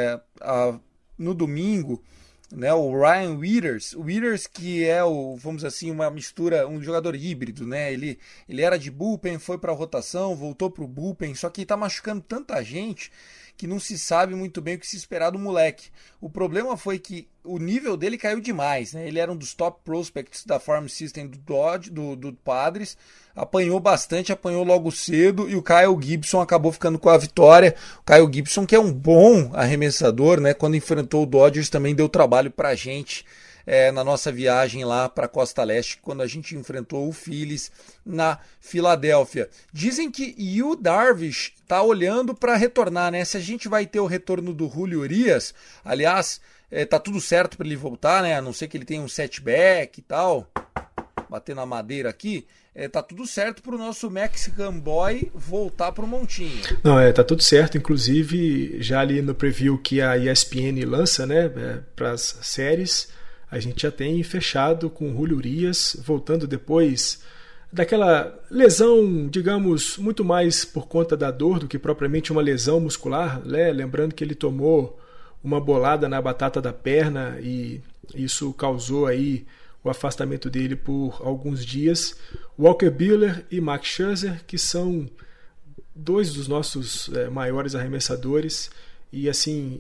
no domingo, né, o Ryan Withers, que é vamos dizer assim, uma mistura, um jogador híbrido, né? Ele era de bullpen, foi para a rotação, voltou para o bullpen, só que está machucando tanta gente que não se sabe muito bem o que se esperar do moleque. O problema foi que o nível dele caiu demais, né? Ele era um dos top prospects da farm system do Padres, apanhou bastante, apanhou logo cedo, e o Kyle Gibson acabou ficando com a vitória. O Kyle Gibson, que é um bom arremessador, né? Quando enfrentou o Dodgers também deu trabalho pra gente na nossa viagem lá para a Costa Leste, quando a gente enfrentou o Phillies na Filadélfia. Dizem que Yu Darvish está olhando para retornar, né? Se a gente vai ter o retorno do Julio Urias, aliás, tá tudo certo para ele voltar, né? A não ser que ele tenha um setback e tal, bater na madeira aqui, tá tudo certo para o nosso Mexican Boy voltar para o montinho. Não, tá tudo certo, inclusive já ali no preview que a ESPN lança, né, para as séries, a gente já tem fechado com o Julio Urias, voltando depois daquela lesão, digamos, muito mais por conta da dor do que propriamente uma lesão muscular, né? Lembrando que ele tomou uma bolada na batata da perna e isso causou aí o afastamento dele por alguns dias. Walker Buehler e Max Scherzer, que são 2 dos nossos maiores arremessadores, e assim,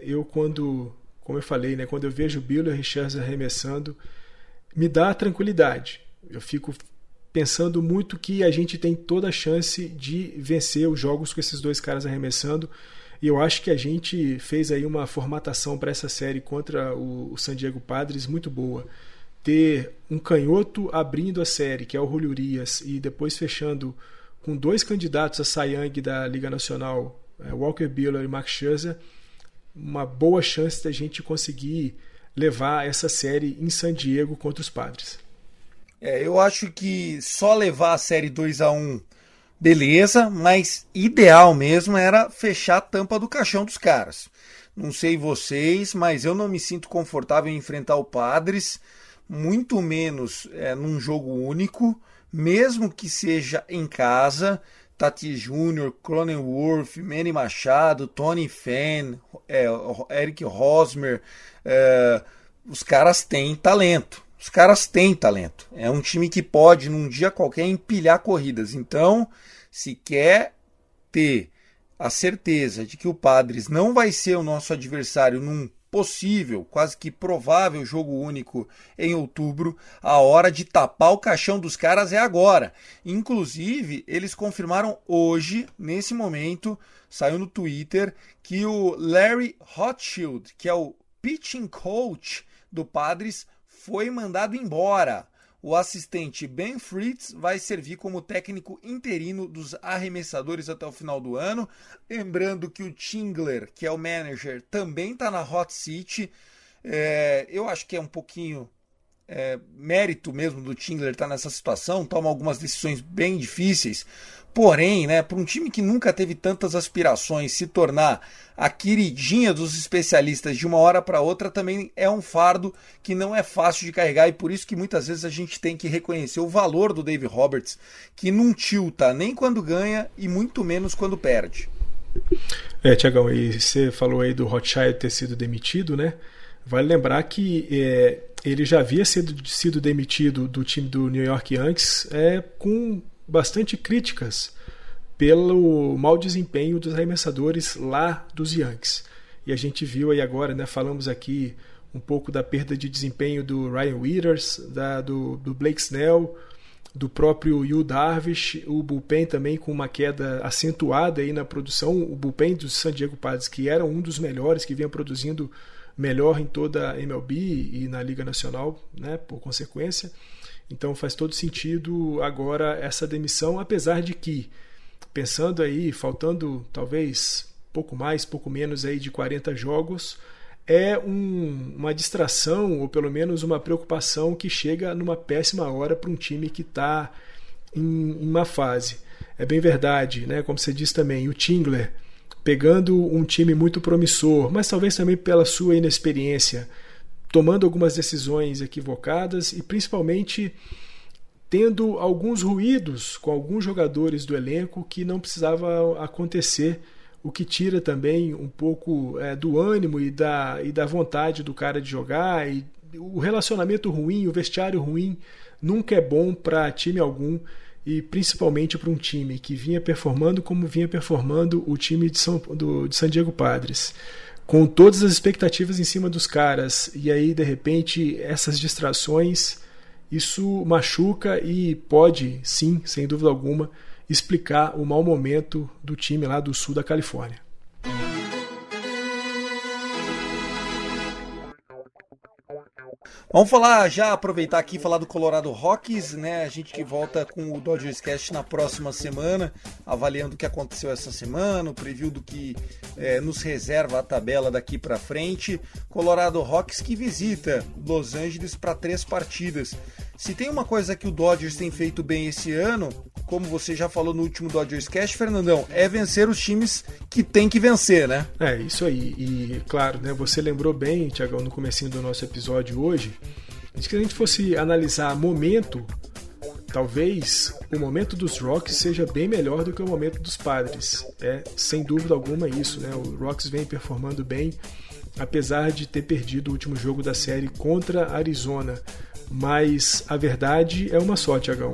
como eu falei, né, quando eu vejo Buehler e Scherzer arremessando, me dá tranquilidade. Eu fico pensando muito que a gente tem toda a chance de vencer os jogos com esses 2 caras arremessando, e eu acho que a gente fez aí uma formatação para essa série contra o San Diego Padres muito boa. Ter um canhoto abrindo a série, que é o Julio Urias, e depois fechando com 2 candidatos a Cy Young da Liga Nacional, Walker Buehler e Max Scherzer, uma boa chance da gente conseguir levar essa série em San Diego contra os Padres. Eu acho que só levar a série 2-1, beleza, mas ideal mesmo era fechar a tampa do caixão dos caras. Não sei vocês, mas eu não me sinto confortável em enfrentar o Padres, muito menos num jogo único, mesmo que seja em casa. Tatis Jr., Cronenworth, Manny Machado, Tony Phan, Eric Hosmer, os caras têm talento. É um time que pode, num dia qualquer, empilhar corridas. Então, se quer ter a certeza de que o Padres não vai ser o nosso adversário num possível, quase que provável jogo único em outubro, a hora de tapar o caixão dos caras é agora. Inclusive, eles confirmaram hoje, nesse momento, saiu no Twitter, que o Larry Rothschild, que é o pitching coach do Padres, foi mandado embora. o assistente Ben Fritz vai servir como técnico interino dos arremessadores até o final do ano. Lembrando que o Tingler, que é o manager, também está na hot seat. Eu acho que é um pouquinho mérito mesmo do Tingler estar nessa situação, toma algumas decisões bem difíceis. Porém, né, para um time que nunca teve tantas aspirações, se tornar a queridinha dos especialistas de uma hora para outra também é um fardo que não é fácil de carregar, e por isso que muitas vezes a gente tem que reconhecer o valor do Dave Roberts, que não tilta nem quando ganha e muito menos quando perde. Tiagão, e você falou aí do Rothschild ter sido demitido, né? Vale lembrar que ele já havia sido demitido do time do New York Yankees com bastante críticas pelo mau desempenho dos arremessadores lá dos Yankees. E a gente viu aí agora, né, falamos aqui um pouco da perda de desempenho do Ryan Withers, do Blake Snell, do próprio Yu Darvish, o bullpen também com uma queda acentuada aí na produção, o bullpen do San Diego Padres, que era um dos melhores, que vinha produzindo melhor em toda a MLB e na Liga Nacional, né, por consequência. Então faz todo sentido agora essa demissão, apesar de que, pensando aí, faltando talvez pouco mais, pouco menos aí de 40 jogos, uma distração ou pelo menos uma preocupação que chega numa péssima hora para um time que está em uma fase. É bem verdade, né? Como você disse também, o Tingler pegando um time muito promissor, mas talvez também pela sua inexperiência, tomando algumas decisões equivocadas e principalmente tendo alguns ruídos com alguns jogadores do elenco que não precisava acontecer, o que tira também um pouco do ânimo e da vontade do cara de jogar. E o relacionamento ruim, o vestiário ruim nunca é bom para time algum, e principalmente para um time que vinha performando como vinha performando o time de San Diego Padres, com todas as expectativas em cima dos caras, e aí de repente essas distrações, isso machuca e pode sim, sem dúvida alguma, explicar o mau momento do time lá do sul da Califórnia. Vamos aproveitar aqui e falar do Colorado Rockies, né? A gente que volta com o Dodgers Cast na próxima semana, avaliando o que aconteceu essa semana, o preview do que nos reserva a tabela daqui para frente. Colorado Rockies que visita Los Angeles para 3 partidas. Se tem uma coisa que o Dodgers tem feito bem esse ano, como você já falou no último Dodgers Cast, Fernandão, é vencer os times que tem que vencer, né? Isso aí. E claro, né, você lembrou bem, Thiagão, no comecinho do nosso episódio hoje, de que se a gente fosse analisar momento, talvez o momento dos Rockies seja bem melhor do que o momento dos Padres. Sem dúvida alguma isso, né? O Rockies vem performando bem, apesar de ter perdido o último jogo da série contra Arizona. Mas a verdade é uma só, Thiagão.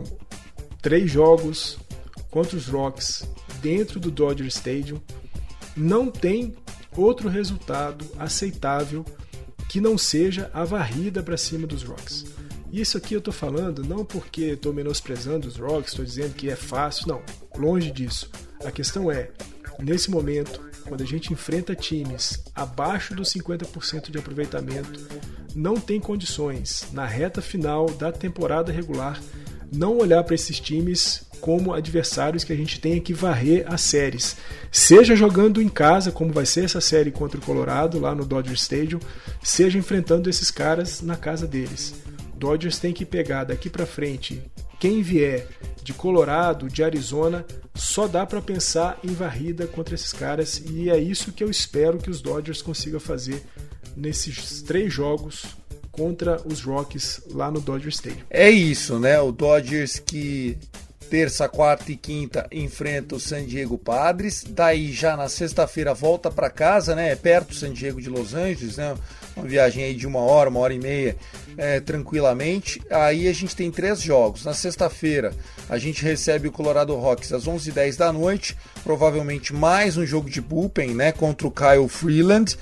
3 jogos contra os Rockies dentro do Dodger Stadium, não tem outro resultado aceitável que não seja a varrida para cima dos Rockies. E isso aqui eu estou falando não porque estou menosprezando os Rockies, estou dizendo que é fácil, não, longe disso. A questão é, nesse momento, quando a gente enfrenta times abaixo dos 50% de aproveitamento, não tem condições, na reta final da temporada regular, não olhar para esses times como adversários que a gente tenha que varrer as séries. Seja jogando em casa, como vai ser essa série contra o Colorado, lá no Dodger Stadium, seja enfrentando esses caras na casa deles. Dodgers tem que pegar daqui para frente quem vier de Colorado, de Arizona, só dá para pensar em varrida contra esses caras, e é isso que eu espero que os Dodgers consigam fazer nesses 3 jogos contra os Rockies lá no Dodger Stadium. É isso, né? O Dodgers que terça, quarta e quinta enfrenta o San Diego Padres, daí já na sexta-feira volta para casa, né? É perto do San Diego de Los Angeles, né? Uma viagem aí de 1 hora e meia, tranquilamente. Aí a gente tem 3 jogos. Na sexta-feira a gente recebe o Colorado Rockies às 11h10 da noite, provavelmente mais um jogo de bullpen, né? Contra o Kyle Freeland.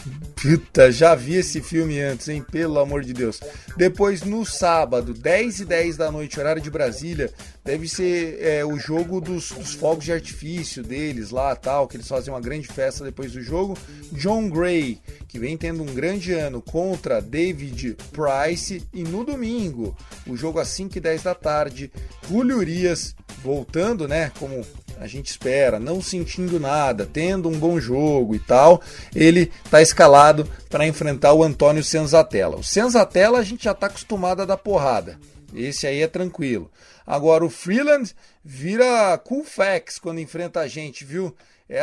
Puta, já vi esse filme antes, hein? Pelo amor de Deus. Depois, no sábado, 10h10 da noite, horário de Brasília, deve ser o jogo dos fogos de artifício deles lá, tal, que eles fazem uma grande festa depois do jogo. John Gray, que vem tendo um grande ano, contra David Price. E no domingo, o jogo às 5h10 da tarde, Julio Urias voltando, né, como a gente espera, não sentindo nada, tendo um bom jogo e tal, ele está escalado para enfrentar o Antônio Senzatella. O Senzatella a gente já está acostumado a dar porrada, esse aí é tranquilo. Agora o Freeland vira Colfax quando enfrenta a gente, viu?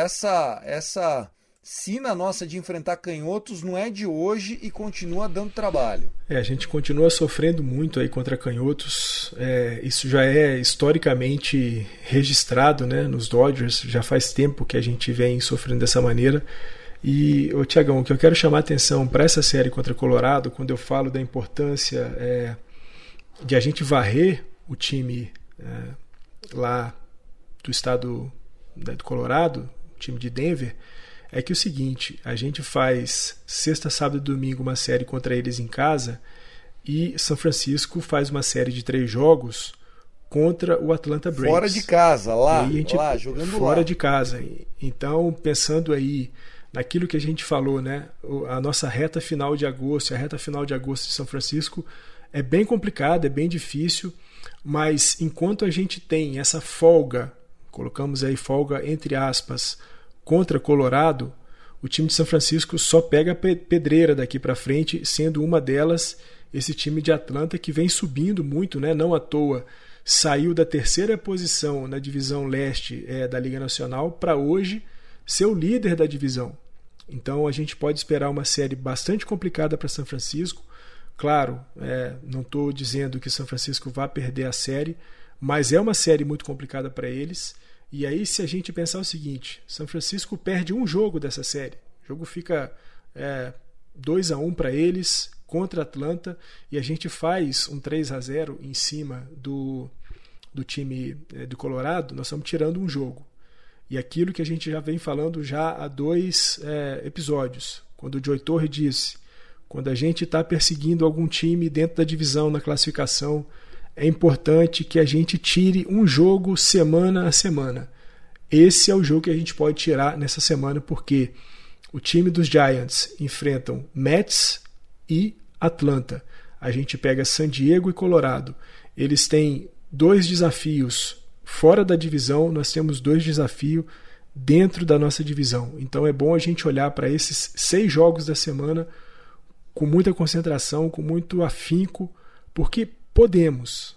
Essa sina nossa de enfrentar canhotos não é de hoje e continua dando trabalho. A gente continua sofrendo muito aí contra canhotos. Isso já é historicamente registrado, né, nos Dodgers. Já faz tempo que a gente vem sofrendo dessa maneira. E, Tiagão, o que eu quero chamar a atenção para essa série contra Colorado, quando eu falo da importância de a gente varrer o time lá do estado do Colorado, o time de Denver, é que é o seguinte: a gente faz sexta, sábado e domingo uma série contra eles em casa e São Francisco faz uma série de 3 jogos contra o Atlanta Braves. Fora de casa, lá jogando fora lá. de casa. Então, pensando aí naquilo que a gente falou, né? A nossa reta final de agosto, a reta final de agosto de São Francisco é bem complicada, é bem difícil, mas enquanto a gente tem essa folga, colocamos aí folga entre aspas, contra Colorado, o time de São Francisco só pega pedreira daqui para frente, sendo uma delas esse time de Atlanta que vem subindo muito, né? Não à toa saiu da 3ª posição na divisão leste da Liga Nacional para hoje ser o líder da divisão. Então a gente pode esperar uma série bastante complicada para São Francisco. Claro, não estou dizendo que São Francisco vai perder a série, mas é uma série muito complicada para eles. E aí, se a gente pensar o seguinte, São Francisco perde um jogo dessa série, o jogo fica 2-1 para eles contra Atlanta, e a gente faz um 3-0 em cima do time do Colorado, nós estamos tirando um jogo. E aquilo que a gente já vem falando já há 2 episódios, quando o Joey Torre disse, quando a gente está perseguindo algum time dentro da divisão na classificação, é importante que a gente tire um jogo semana a semana. Esse é o jogo que a gente pode tirar nessa semana, porque o time dos Giants enfrentam Mets e Atlanta. A gente pega San Diego e Colorado. Eles têm 2 desafios fora da divisão, nós temos 2 desafios dentro da nossa divisão. Então é bom a gente olhar para esses 6 jogos da semana com muita concentração, com muito afinco, porque podemos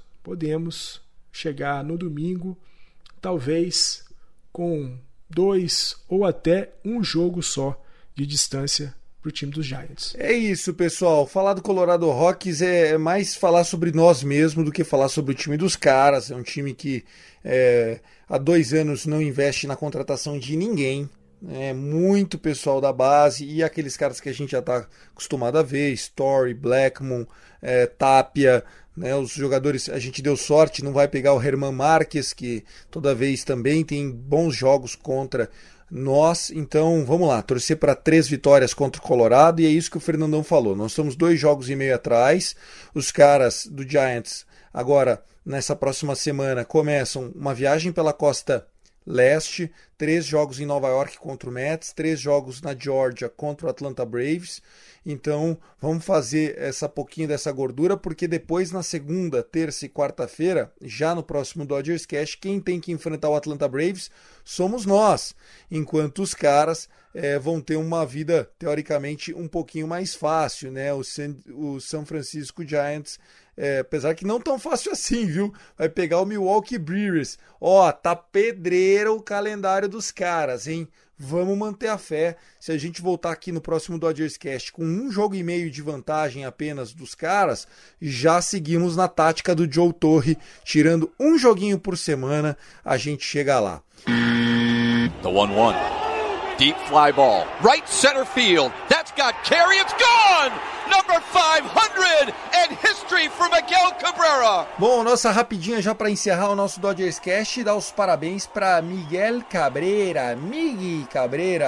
chegar no domingo, talvez com 2 ou até um jogo só de distância para o time dos Giants. É isso, pessoal. Falar do Colorado Rockies é mais falar sobre nós mesmos do que falar sobre o time dos caras. É um time que há 2 anos não investe na contratação de ninguém. Muito pessoal da base e aqueles caras que a gente já está acostumado a ver, Story, Blackmon, Tapia, né, os jogadores, a gente deu sorte, não vai pegar o Herman Marques, que toda vez também tem bons jogos contra nós, então vamos lá, torcer para 3 vitórias contra o Colorado, e é isso que o Fernandão falou, nós estamos 2 jogos e meio atrás, os caras do Giants agora, nessa próxima semana, começam uma viagem pela costa leste, 3 jogos em Nova York contra o Mets, 3 jogos na Georgia contra o Atlanta Braves. Então vamos fazer essa pouquinho dessa gordura, porque depois na segunda, terça e quarta-feira, já no próximo Dodgers Cast, quem tem que enfrentar o Atlanta Braves somos nós, enquanto os caras vão ter uma vida teoricamente um pouquinho mais fácil, né? O São Francisco Giants, apesar que não tão fácil assim, viu? Vai pegar o Milwaukee Brewers. Tá pedreira o calendário dos caras, hein? Vamos manter a fé. Se a gente voltar aqui no próximo Dodgers Cast com 1 jogo e meio de vantagem apenas dos caras, já seguimos na tática do Joe Torre, tirando um joguinho por semana, a gente chega lá. The 1-1. Deep fly ball. Right center field. That's got carry. It's gone! Number 500 and history for Miguel Cabrera. Bom, nossa rapidinha já para encerrar o nosso Dodgers Cast e dar os parabéns para Miguel Cabrera, Miggy Cabrera,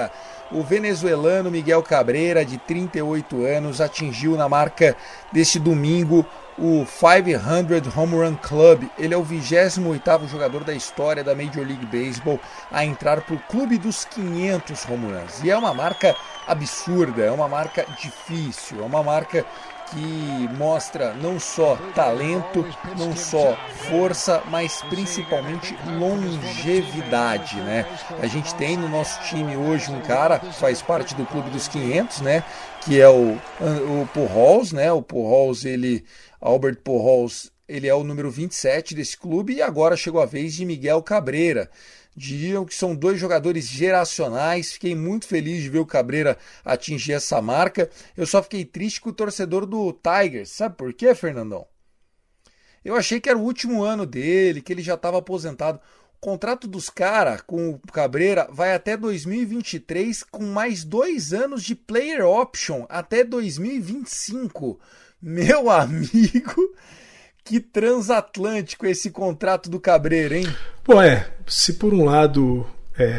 o venezuelano Miguel Cabrera, de 38 anos, atingiu na marca deste domingo o 500 Home Run Club. Ele é o 28º jogador da história da Major League Baseball a entrar para o clube dos 500 home runs. E é uma marca absurda, é uma marca difícil, é uma marca que mostra não só talento, não só força, mas principalmente longevidade, né? A gente tem no nosso time hoje um cara que faz parte do clube dos 500, né? Que é o Pujols, né? O Pujols, Albert Pujols, ele é o número 27 desse clube, e agora chegou a vez de Miguel Cabrera. Diriam que são dois jogadores geracionais. Fiquei muito feliz de ver o Cabrera atingir essa marca. Eu só fiquei triste com o torcedor do Tigers. Sabe por quê, Fernandão? Eu achei que era o último ano dele, que ele já estava aposentado. O contrato dos caras com o Cabrera vai até 2023, com mais 2 anos de player option até 2025. Meu amigo... Que transatlântico esse contrato do Cabrera, hein? Pô, se por um lado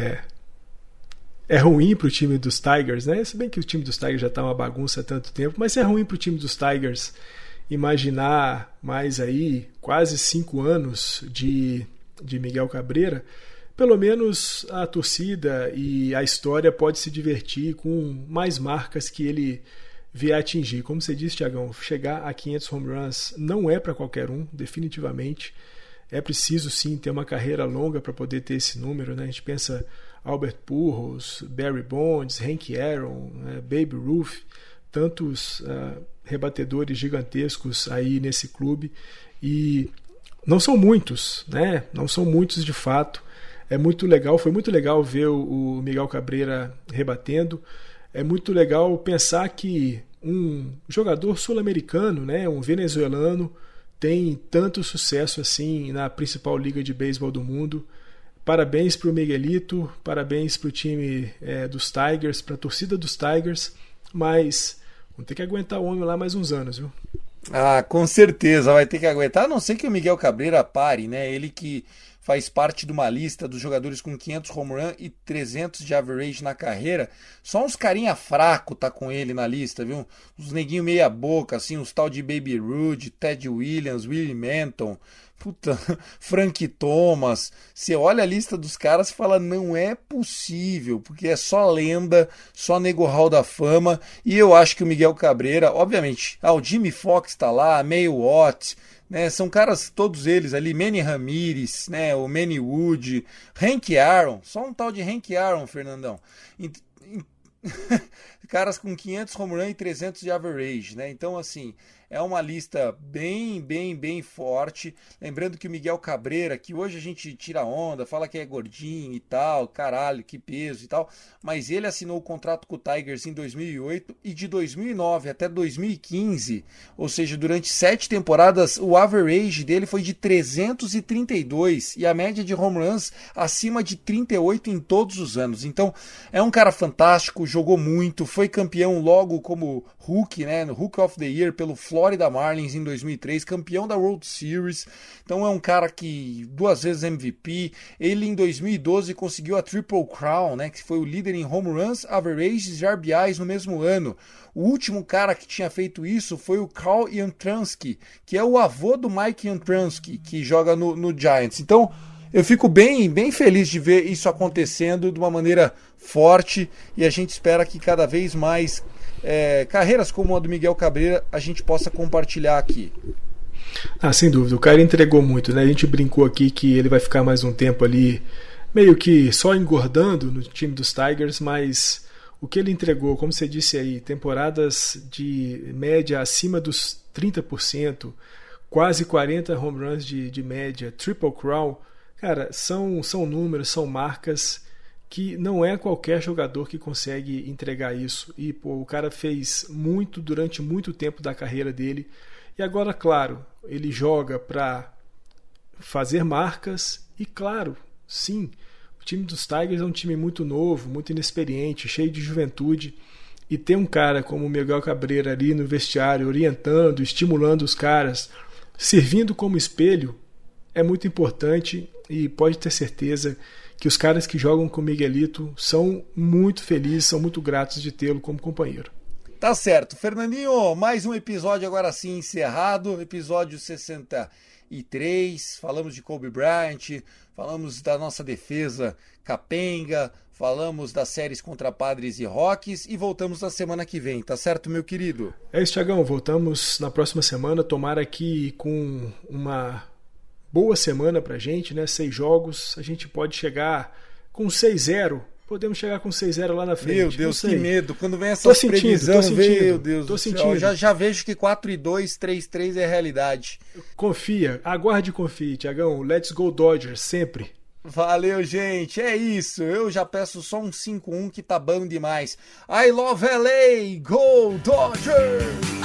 é ruim pro time dos Tigers, né? Se bem que o time dos Tigers já tá uma bagunça há tanto tempo, mas se é ruim pro time dos Tigers imaginar mais aí quase 5 anos de Miguel Cabrera, pelo menos a torcida e a história pode se divertir com mais marcas que ele vier atingir. Como você disse, Thiagão, chegar a 500 home runs não é para qualquer um, definitivamente. É preciso sim ter uma carreira longa para poder ter esse número, né? A gente pensa Albert Pujols, Barry Bonds, Hank Aaron, Babe Ruth, tantos rebatedores gigantescos aí nesse clube, e não são muitos, né? Não são muitos de fato. É muito legal, foi muito legal ver o Miguel Cabrera rebatendo. É muito legal pensar que um jogador sul-americano, né, um venezuelano, tem tanto sucesso assim na principal liga de beisebol do mundo. Parabéns para o Miguelito, parabéns para o time dos Tigers, para a torcida dos Tigers, mas vamos ter que aguentar o homem lá mais uns anos, viu? Ah, com certeza vai ter que aguentar, a não ser que o Miguel Cabrera pare, né? Ele que faz parte de uma lista dos jogadores com 500 home run e 300 de average na carreira. Só uns carinha fraco tá com ele na lista, viu? Uns neguinho meia boca, assim, uns tal de Baby Ruth, Ted Williams, Willie Manton, puta, Frank Thomas. Você olha a lista dos caras e fala, não é possível, porque é só lenda, só nego hall da fama. E eu acho que o Miguel Cabrera, obviamente, o Jimmy Fox tá lá, May Watt, né, são caras, todos eles ali, Manny Ramirez, né, o Manny Wood, Hank Aaron, só um tal de Hank Aaron, Fernandão. Caras com 500 home run e 300 de average, né? Então, assim, é uma lista bem forte. Lembrando que o Miguel Cabrera, que hoje a gente tira onda, fala que é gordinho e tal, caralho, que peso e tal, mas ele assinou o contrato com o Tigers em 2008 e de 2009 até 2015, ou seja, durante 7 temporadas, o average dele foi de 332 e a média de home runs acima de 38 em todos os anos. Então, é um cara fantástico, jogou muito, foi campeão logo como Rookie, né, no Rookie of the Year pelo Florida Marlins em 2003, campeão da World Series. Então é um cara que 2 vezes MVP. Ele em 2012 conseguiu a Triple Crown, né, que foi o líder em home runs, averages e RBIs no mesmo ano. O último cara que tinha feito isso foi o Carl Yastrzemski, que é o avô do Mike Yastrzemski, que joga no Giants. Então eu fico bem feliz de ver isso acontecendo de uma maneira forte, e a gente espera que cada vez mais carreiras como a do Miguel Cabrera a gente possa compartilhar aqui. Sem dúvida, o cara entregou muito, né? A gente brincou aqui que ele vai ficar mais um tempo ali meio que só engordando no time dos Tigers, mas o que ele entregou, como você disse aí, temporadas de média acima dos 30%, quase 40 home runs de média, Triple Crown, cara, são números, são marcas que não é qualquer jogador que consegue entregar isso. E o cara fez muito durante muito tempo da carreira dele. E agora, claro, ele joga para fazer marcas. E claro, sim, o time dos Tigers é um time muito novo, muito inexperiente, cheio de juventude. E ter um cara como o Miguel Cabrera ali no vestiário, orientando, estimulando os caras, servindo como espelho, é muito importante, e pode ter certeza que os caras que jogam com o Miguelito são muito felizes, são muito gratos de tê-lo como companheiro. Tá certo. Fernandinho, mais um episódio agora sim encerrado, episódio 63, falamos de Kobe Bryant, falamos da nossa defesa capenga, falamos das séries contra Padres e Rockies e voltamos na semana que vem, tá certo, meu querido? É isso, Thiagão, voltamos na próxima semana, tomara aqui com uma boa semana pra gente, né? 6 jogos, a gente pode chegar com 6-0. Podemos chegar com 6-0 lá na frente. Meu Deus, que medo. Quando vem essa previsão, meu Deus do céu. Já vejo que 4-2, 3-3 é realidade. Confia, aguarde e confie, Thiagão. Let's go Dodgers, sempre. Valeu, gente. É isso. Eu já peço só um 5-1 que tá bom demais. I love LA. Go Dodgers!